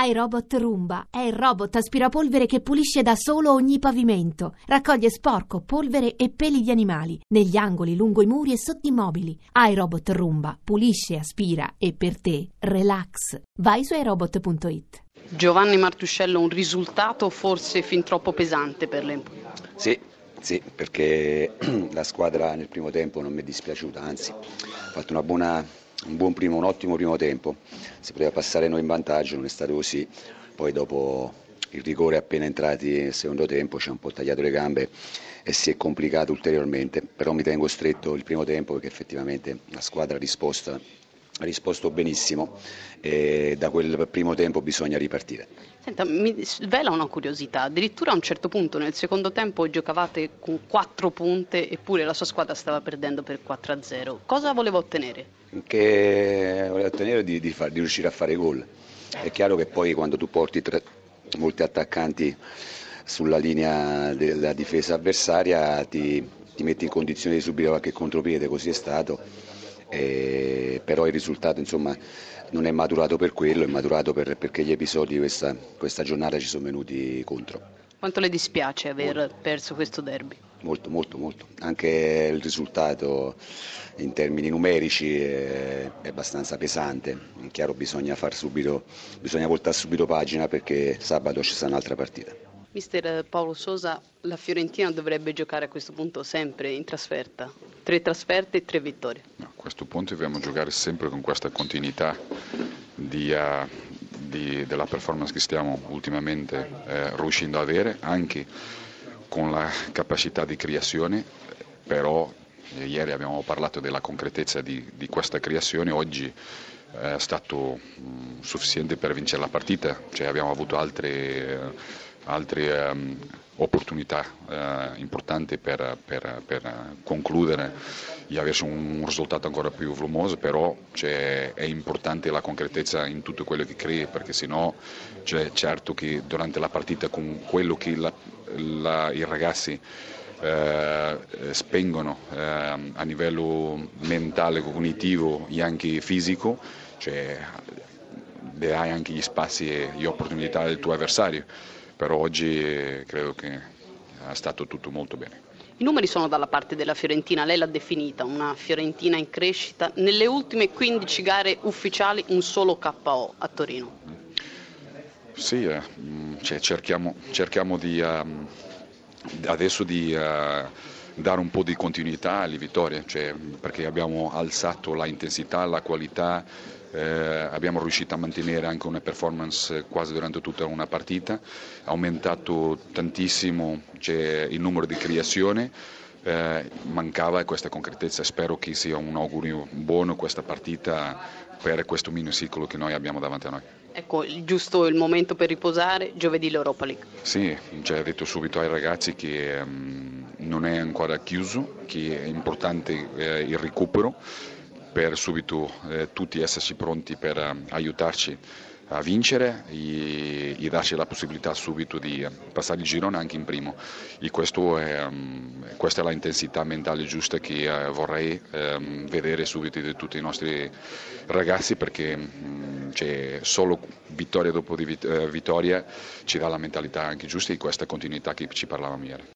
iRobot Roomba è il robot aspirapolvere che pulisce da solo ogni pavimento. Raccoglie sporco, polvere e peli di animali negli angoli, lungo i muri e sotto i mobili. iRobot Roomba pulisce, aspira e per te relax. Vai su iRobot.it. Giovanni Martuscello, un risultato forse fin troppo pesante per l'Empoli. Sì, perché la squadra nel primo tempo non mi è dispiaciuta, anzi ha fatto un ottimo primo tempo, si poteva passare noi in vantaggio, non è stato così, poi dopo il rigore appena entrati nel secondo tempo ci ha un po' tagliato le gambe e si è complicato ulteriormente, però mi tengo stretto il primo tempo perché effettivamente la squadra ha risposto benissimo e da quel primo tempo bisogna ripartire. Senta, mi svela una curiosità, addirittura a un certo punto nel secondo tempo giocavate con 4 punte eppure la sua squadra stava perdendo per 4-0. Cosa voleva ottenere? Che voleva ottenere di riuscire a fare gol. È chiaro che poi quando tu porti molti attaccanti sulla linea della difesa avversaria ti metti in condizione di subire qualche contropiede, così è stato. Però il risultato insomma non è maturato per quello, è maturato perché gli episodi di questa giornata ci sono venuti contro. Quanto le dispiace aver perso questo derby? Molto. Anche il risultato in termini numerici è abbastanza pesante. È chiaro, bisogna voltare subito pagina perché sabato ci sarà un'altra partita. Mister Paulo Sousa, la Fiorentina dovrebbe giocare a questo punto sempre in trasferta. 3 trasferte e 3 vittorie. No, a questo punto dobbiamo giocare sempre con questa continuità della performance che stiamo ultimamente riuscendo ad avere, anche con la capacità di creazione, però ieri abbiamo parlato della concretezza di questa creazione, oggi è stato sufficiente per vincere la partita, cioè abbiamo avuto altre opportunità importanti per concludere e avere un risultato ancora più volumoso, però è importante la concretezza in tutto quello che crei, perché sennò certo che durante la partita con quello che i ragazzi spengono a livello mentale, cognitivo e anche fisico, dai anche gli spazi e le opportunità del tuo avversario. Però oggi credo che è stato tutto molto bene. I numeri sono dalla parte della Fiorentina, lei l'ha definita una Fiorentina in crescita. Nelle ultime 15 gare ufficiali un solo KO a Torino. Sì, cerchiamo adesso di dare un po' di continuità alle vittorie, perché abbiamo alzato la intensità, la qualità, abbiamo riuscito a mantenere anche una performance quasi durante tutta una partita, aumentato tantissimo il numero di creazione, mancava questa concretezza. Spero che sia un augurio buono questa partita per questo mini ciclo che noi abbiamo davanti a noi. Ecco, giusto il momento per riposare, giovedì l'Europa League. Sì, ho detto subito ai ragazzi che non è ancora chiuso, che è importante il recupero per subito tutti esserci pronti per aiutarci a vincere e darci la possibilità subito di passare il girone anche in primo. E questa è la intensità mentale giusta che vorrei vedere subito di tutti i nostri ragazzi, perché solo vittoria dopo vittoria ci dà la mentalità anche giusta e questa continuità che ci parlavamo ieri.